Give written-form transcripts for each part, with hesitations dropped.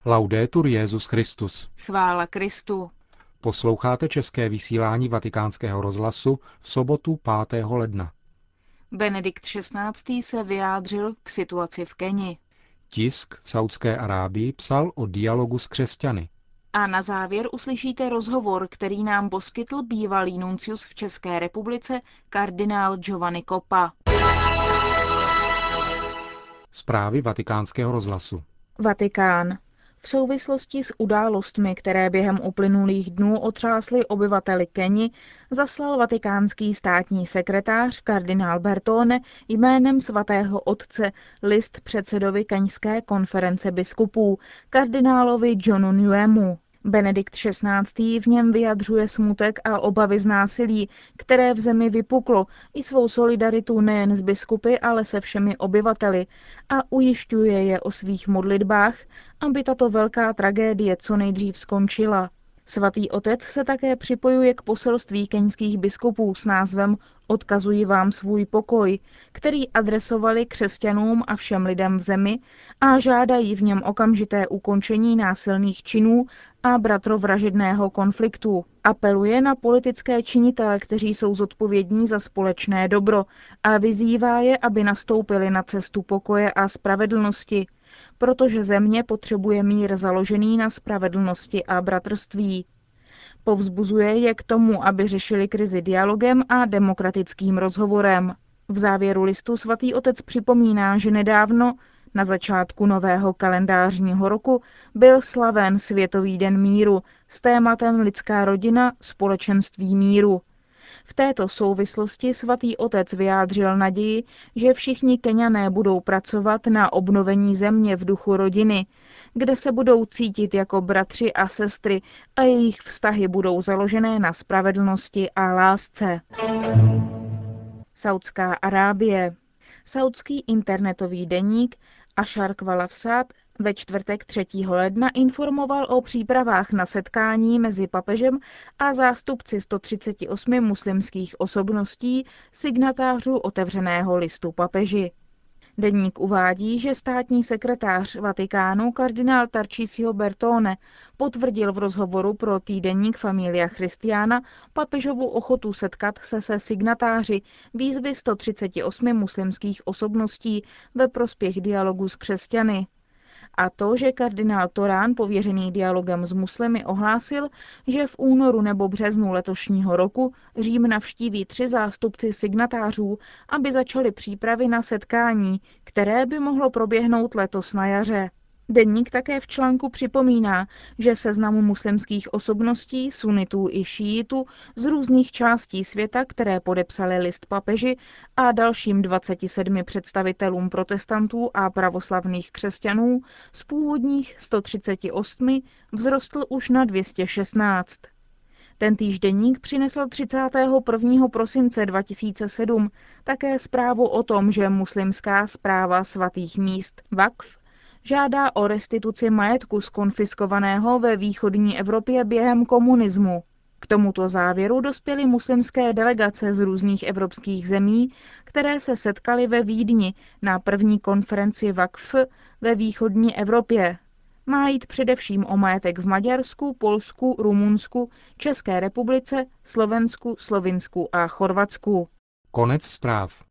Laudetur Jesus Christus. Chvála Kristu. Posloucháte české vysílání Vatikánského rozhlasu v sobotu 5. ledna. Benedikt XVI. Se vyjádřil k situaci v Keni. Tisk v Saudské Arábii psal o dialogu s křesťany. A na závěr uslyšíte rozhovor, který nám poskytl bývalý nuncius v České republice kardinál Giovanni Coppa. Zprávy Vatikánského rozhlasu. Vatikán. V souvislosti s událostmi, které během uplynulých dnů otřásly obyvateli Keni, zaslal vatikánský státní sekretář kardinál Bertone jménem svatého otce list předsedovi Keňské konference biskupů, kardinálovi Johnu Nguemu. Benedikt XVI. V něm vyjadřuje smutek a obavy z násilí, které v zemi vypuklo, i svou solidaritu nejen s biskupy, ale se všemi obyvateli a ujišťuje je o svých modlitbách, aby tato velká tragédie co nejdřív skončila. Svatý otec se také připojuje k poselství keňských biskupů s názvem Odkazuji vám svůj pokoj, který adresovali křesťanům a všem lidem v zemi a žádají v něm okamžité ukončení násilných činů a bratrovražedného konfliktu. Apeluje na politické činitele, kteří jsou zodpovědní za společné dobro, a vyzývá je, aby nastoupili na cestu pokoje a spravedlnosti, protože země potřebuje mír založený na spravedlnosti a bratrství. Povzbuzuje je k tomu, aby řešili krizi dialogem a demokratickým rozhovorem. V závěru listu svatý otec připomíná, že nedávno, na začátku nového kalendářního roku, byl slaven Světový den míru s tématem Lidská rodina, společenství míru. V této souvislosti svatý otec vyjádřil naději, že všichni Keňané budou pracovat na obnovení země v duchu rodiny, kde se budou cítit jako bratři a sestry a jejich vztahy budou založené na spravedlnosti a lásce. Saudská Arábie. Saudský internetový deník Ashar Qvalafsat ve čtvrtek 3. ledna informoval o přípravách na setkání mezi papežem a zástupci 138 muslimských osobností, signatářů otevřeného listu papeži. Deník uvádí, že státní sekretář Vatikánu kardinál Tarcisio Bertone potvrdil v rozhovoru pro týdeník Familia Christiana papežovu ochotu setkat se signatáři výzvy 138 muslimských osobností ve prospěch dialogu s křesťany. A to, že kardinál Torán, pověřený dialogem s muslimy, ohlásil, že v únoru nebo březnu letošního roku Řím navštíví 3 zástupci signatářů, aby začaly přípravy na setkání, které by mohlo proběhnout letos na jaře. Deník také v článku připomíná, že seznamu muslimských osobností, sunitů i šíitů z různých částí světa, které podepsali list papeži, a dalším 27 představitelům protestantů a pravoslavných křesťanů z původních 138 vzrostl už na 216. Tentýž deník přinesl 31. prosince 2007 také zprávu o tom, že muslimská správa svatých míst Vakf žádá o restituci majetku zkonfiskovaného ve východní Evropě během komunismu. K tomuto závěru dospěly muslimské delegace z různých evropských zemí, které se setkaly ve Vídni na první konferenci Vakf ve východní Evropě. Má jít především o majetek v Maďarsku, Polsku, Rumunsku, České republice, Slovensku, Slovinsku a Chorvatsku. Konec zpráv.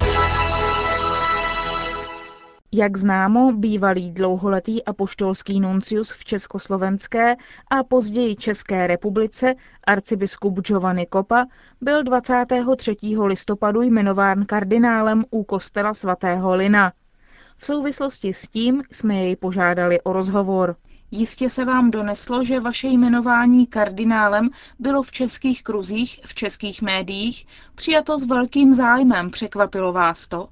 Jak známo, bývalý dlouholetý apoštolský nuncius v Československé a později České republice arcibiskup Giovanni Coppa byl 23. listopadu jmenován kardinálem u kostela svatého Lina. V souvislosti s tím jsme jej požádali o rozhovor. Jistě se vám doneslo, že vaše jmenování kardinálem bylo v českých kruzích, v českých médiích přijato s velkým zájmem. Překvapilo vás to?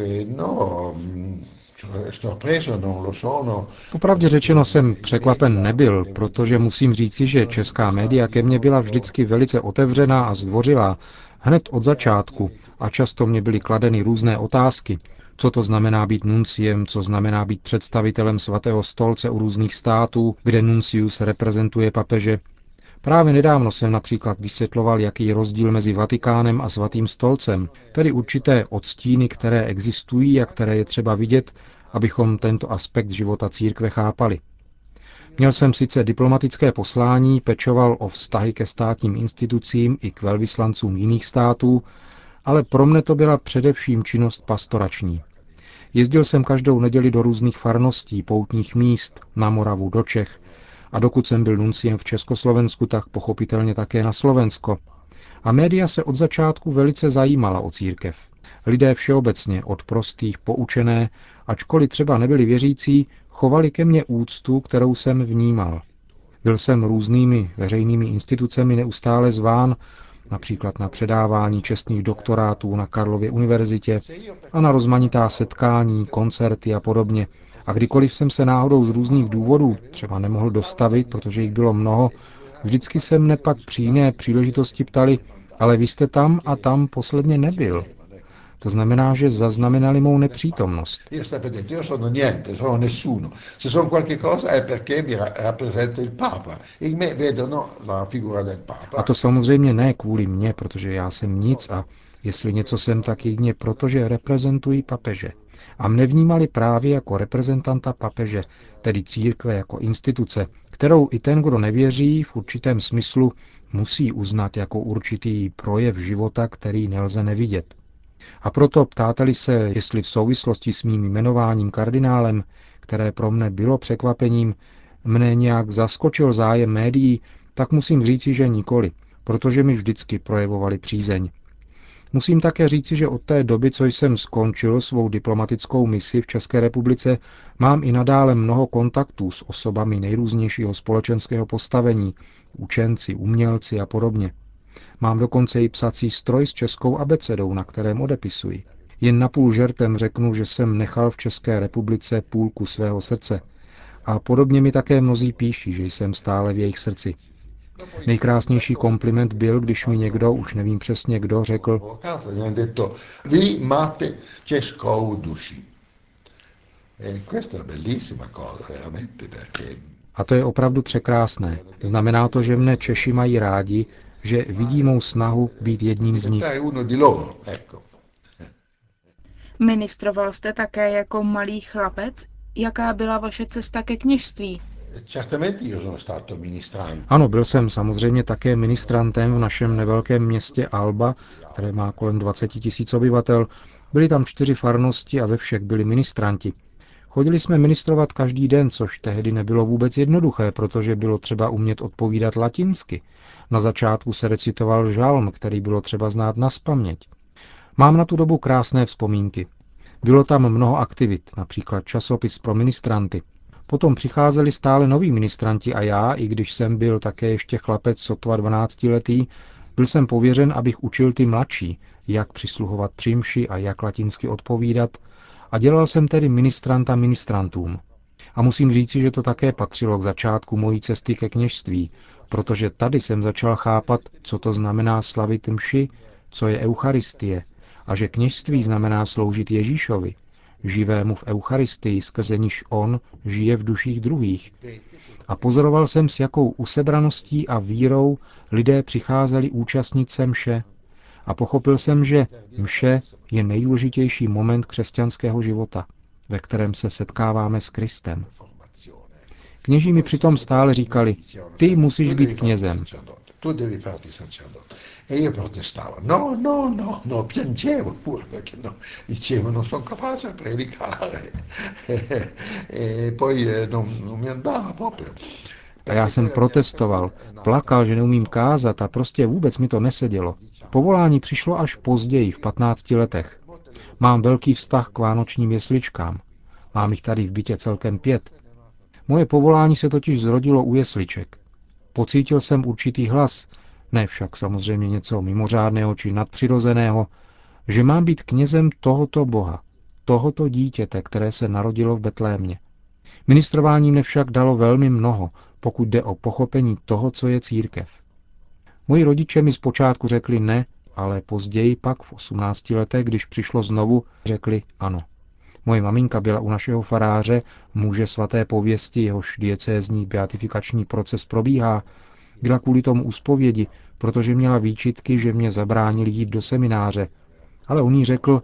Popravdě řečeno jsem překvapen nebyl, protože musím říci, že česká média ke mně byla vždycky velice otevřená a zdvořilá, hned od začátku, a často mě byly kladeny různé otázky. Co to znamená být nunciem, co znamená být představitelem svatého stolce u různých států, kde nuncius reprezentuje papeže. Právě nedávno jsem například vysvětloval, jaký je rozdíl mezi Vatikánem a svatým stolcem, tedy určité odstíny, které existují a které je třeba vidět, abychom tento aspekt života církve chápali. Měl jsem sice diplomatické poslání, pečoval o vztahy ke státním institucím i k velvyslancům jiných států, ale pro mne to byla především činnost pastorační. Jezdil jsem každou neděli do různých farností, poutních míst, na Moravu, do Čech a dokud jsem byl nunciem v Československu, tak pochopitelně také na Slovensko. A média se od začátku velice zajímala o církev. Lidé všeobecně, od prostých poučené, ačkoliv třeba nebyli věřící, chovali ke mně úctu, kterou jsem vnímal. Byl jsem různými veřejnými institucemi neustále zván, například na předávání čestných doktorátů na Karlově univerzitě a na rozmanitá setkání, koncerty a podobně. A kdykoliv jsem se náhodou z různých důvodů třeba nemohl dostavit, protože jich bylo mnoho, vždycky se mne pak při jiné příležitosti ptali, ale vy jste tam a tam posledně nebyl. To znamená, že zaznamenali mou nepřítomnost. A to samozřejmě ne kvůli mně, protože já jsem nic a jestli něco jsem, tak jedině proto, že reprezentuji papeže. A mne vnímali právě jako reprezentanta papeže, tedy církve jako instituce, kterou i ten, kdo nevěří, v určitém smyslu musí uznat jako určitý projev života, který nelze nevidět. A proto ptáte-li se, jestli v souvislosti s mým jmenováním kardinálem, které pro mne bylo překvapením, mne nějak zaskočil zájem médií, tak musím říci, že nikoli, protože mi vždycky projevovali přízeň. Musím také říci, že od té doby, co jsem skončil svou diplomatickou misi v České republice, mám i nadále mnoho kontaktů s osobami nejrůznějšího společenského postavení, učenci, umělci a podobně. Mám dokonce i psací stroj s českou abecedou, na kterém odepisuji. Jen napůl žertem řeknu, že jsem nechal v České republice půlku svého srdce. A podobně mi také mnozí píší, že jsem stále v jejich srdci. Nejkrásnější kompliment byl, když mi někdo, už nevím přesně kdo, řekl: Vy máte českou duši. Questa è una bellissima cosa, veramente, perché A to je opravdu překrásné. Znamená to, že mne Češi mají rádi, že vidí mou snahu být jedním z nich. Ministroval jste také jako malý chlapec? Jaká byla vaše cesta ke kněžství? Ano, byl jsem samozřejmě také ministrantem v našem nevelkém městě Alba, které má kolem 20 000 obyvatel. Byly tam 4 farnosti a ve všech byli ministranti. Chodili jsme ministrovat každý den, což tehdy nebylo vůbec jednoduché, protože bylo třeba umět odpovídat latinsky. Na začátku se recitoval žalm, který bylo třeba znát nazpaměť. Mám na tu dobu krásné vzpomínky. Bylo tam mnoho aktivit, například časopis pro ministranty. Potom přicházeli stále noví ministranti a já, i když jsem byl také ještě chlapec sotva 12letý, byl jsem pověřen, abych učil ty mladší, jak přisluhovat při mši a jak latinsky odpovídat, a dělal jsem tedy ministranta ministrantům. A musím říci, že to také patřilo k začátku mojí cesty ke kněžství, protože tady jsem začal chápat, co to znamená slavit mši, co je eucharistie, a že kněžství znamená sloužit Ježíšovi, živému v eucharistii, skrze níž on žije v duších druhých. A pozoroval jsem, s jakou usebraností a vírou lidé přicházeli účastnit se mše. A pochopil jsem, že mše je nejdůležitější moment křesťanského života, ve kterém se setkáváme s Kristem. Kněží mi přitom stále říkali: ty musíš být knězem. E io protestavo, no, piangevo pure perché no, dicevo non sono capace a predicare e poi non mi andava proprio. A já jsem protestoval, plakal, že neumím kázat a prostě vůbec mi to nesedělo. Povolání přišlo až později, v 15 letech. Mám velký vztah k vánočním jesličkám. Mám jich tady v bytě celkem 5. Moje povolání se totiž zrodilo u jesliček. Pocítil jsem určitý hlas, ne však samozřejmě něco mimořádného či nadpřirozeného, že mám být knězem tohoto Boha, tohoto dítěte, které se narodilo v Betlémě. Ministrování mne však dalo velmi mnoho, pokud jde o pochopení toho, co je církev. Moji rodiče mi zpočátku řekli ne, ale později pak v 18 letech, když přišlo znovu, řekli ano. Moje maminka byla u našeho faráře, muže svaté pověsti, jehož diecézní beatifikační proces probíhá. Byla kvůli tomu u zpovědi, protože měla výčitky, že mě zabránili jít do semináře. Ale on jí řekl: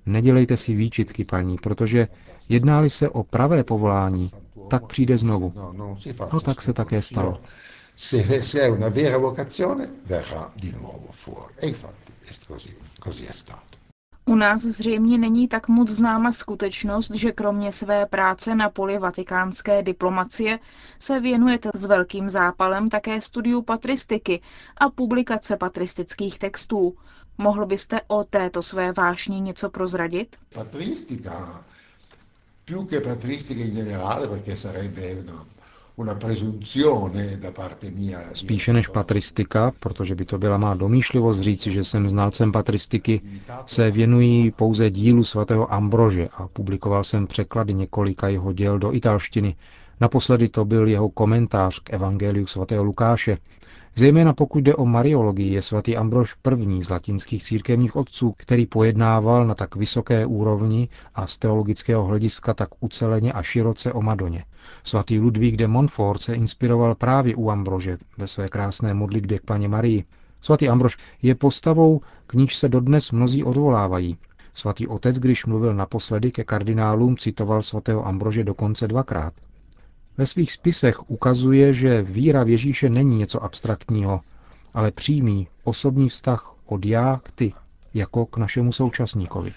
Nedělejte si výčitky, paní, protože jedná-li se o pravé povolání, tak přijde znovu. A tak se také stalo. Se è una vera vocazione, verrà di nuovo fuori. E infatti così è stato. U nás zřejmě není tak moc známa skutečnost, že kromě své práce na poli vatikánské diplomacie se věnujete s velkým zápalem také studiu patristiky a publikace patristických textů. Mohl byste o této své vášni něco prozradit? Patristica, più che patristica in generale, perché sarebbe una presunzione da parte mia. Spíše než patristika, protože by to byla má domýšlivost říci, že jsem znalcem patristiky, se věnují pouze dílu svatého Ambrože a publikoval jsem překlady několika jeho děl do italštiny. Naposledy to byl jeho komentář k Evangeliu svatého Lukáše. Zejména pokud jde o mariologii, je svatý Ambrož první z latinských církevních otců, který pojednával na tak vysoké úrovni a z teologického hlediska tak uceleně a široce o Madoně. Svatý Ludvík de Montfort se inspiroval právě u Ambrože ve své krásné modlitbě k Panně Marii. Svatý Ambrož je postavou, k níž se dodnes mnozí odvolávají. Svatý otec, když mluvil naposledy ke kardinálům, citoval svatého Ambrože dokonce dvakrát. Ve svých spisech ukazuje, že víra v Ježíše není něco abstraktního, ale přímý osobní vztah od já k ty, jako k našemu současníkovi.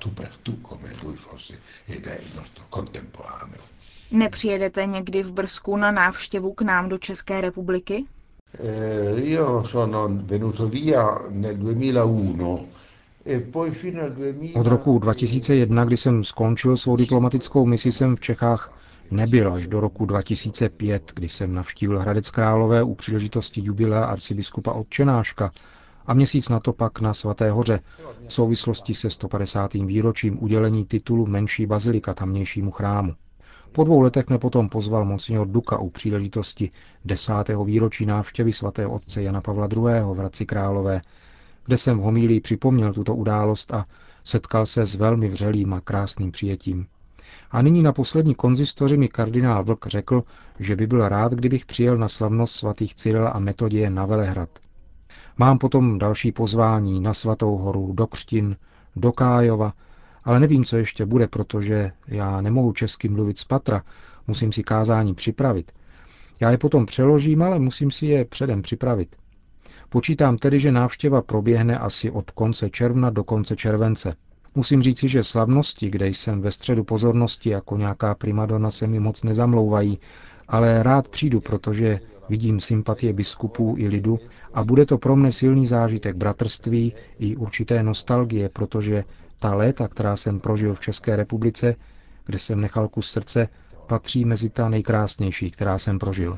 Nepřijedete někdy v Brzku na návštěvu k nám do České republiky? Io sono venuto via nel 2001 e poi fino al 2000. Od roku 2001, kdy jsem skončil svou diplomatickou misi, jsem v Čechách nebyl až do roku 2005, kdy jsem navštívil Hradec Králové u příležitosti jubilea arcibiskupa Otčenáška a měsíc na to pak na Svaté hoře v souvislosti se 150. výročím udělení titulu menší bazilika tamnějšímu chrámu. Po 2 letech mě potom pozval monsignor Duka u příležitosti 10. výročí návštěvy svatého otce Jana Pavla II. V Hradci Králové, kde jsem v homílii připomněl tuto událost a setkal se s velmi vřelým a krásným přijetím. A nyní na poslední konzistoři mi kardinál Vlk řekl, že by byl rád, kdybych přijel na slavnost svatých Cyrila a Metoděje na Velehrad. Mám potom další pozvání na Svatou horu, do Křtin, do Kájova, ale nevím, co ještě bude, protože já nemohu česky mluvit z patra, musím si kázání připravit. Já je potom přeložím, ale musím si je předem připravit. Počítám tedy, že návštěva proběhne asi od konce června do konce července. Musím říci, že slavnosti, kde jsem ve středu pozornosti jako nějaká primadona, se mi moc nezamlouvají, ale rád přijdu, protože vidím sympatie biskupů i lidu a bude to pro mne silný zážitek bratrství i určité nostalgie, protože ta léta, která jsem prožil v České republice, kde jsem nechal kus srdce, patří mezi ta nejkrásnější, která jsem prožil.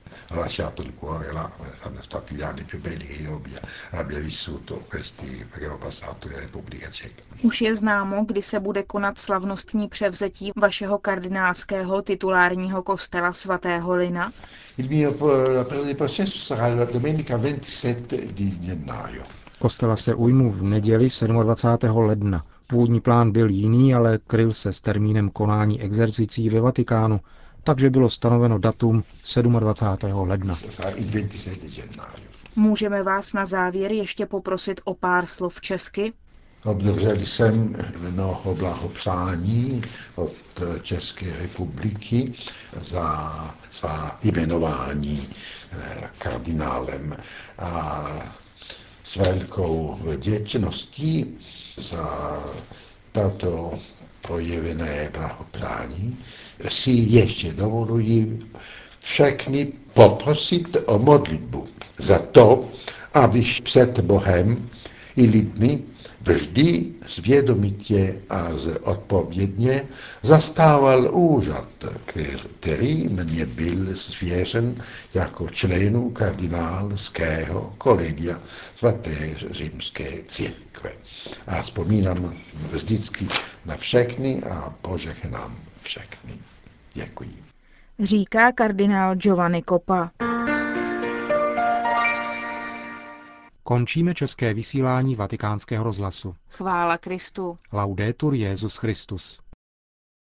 Už je známo, kdy se bude konat slavnostní převzetí vašeho kardinálského titulárního kostela svatého Lina? Kostela se ujmu v neděli 27. ledna. Původní plán byl jiný, ale kryl se s termínem konání exercicí ve Vatikánu, takže bylo stanoveno datum 27. ledna. Můžeme vás na závěr ještě poprosit o pár slov česky? Obdržel jsem mnoho blahopřání od České republiky za svá jmenování kardinálem a s velkou vděčností za tato projevené blahopřání si ještě dovoluji všechny poprosit o modlitbu za to, aby před Bohem i lidmi vždy svědomitě a odpovědně zastával úřad, který mě byl svěřen jako členu kardinálského kolegia svaté římské církve. A vzpomínám vždycky na všechny a požehnám všechny. Děkuji. Říká kardinál Giovanni Coppa. Končíme české vysílání Vatikánského rozhlasu. Chvála Kristu. Laudetur Jesus Christus.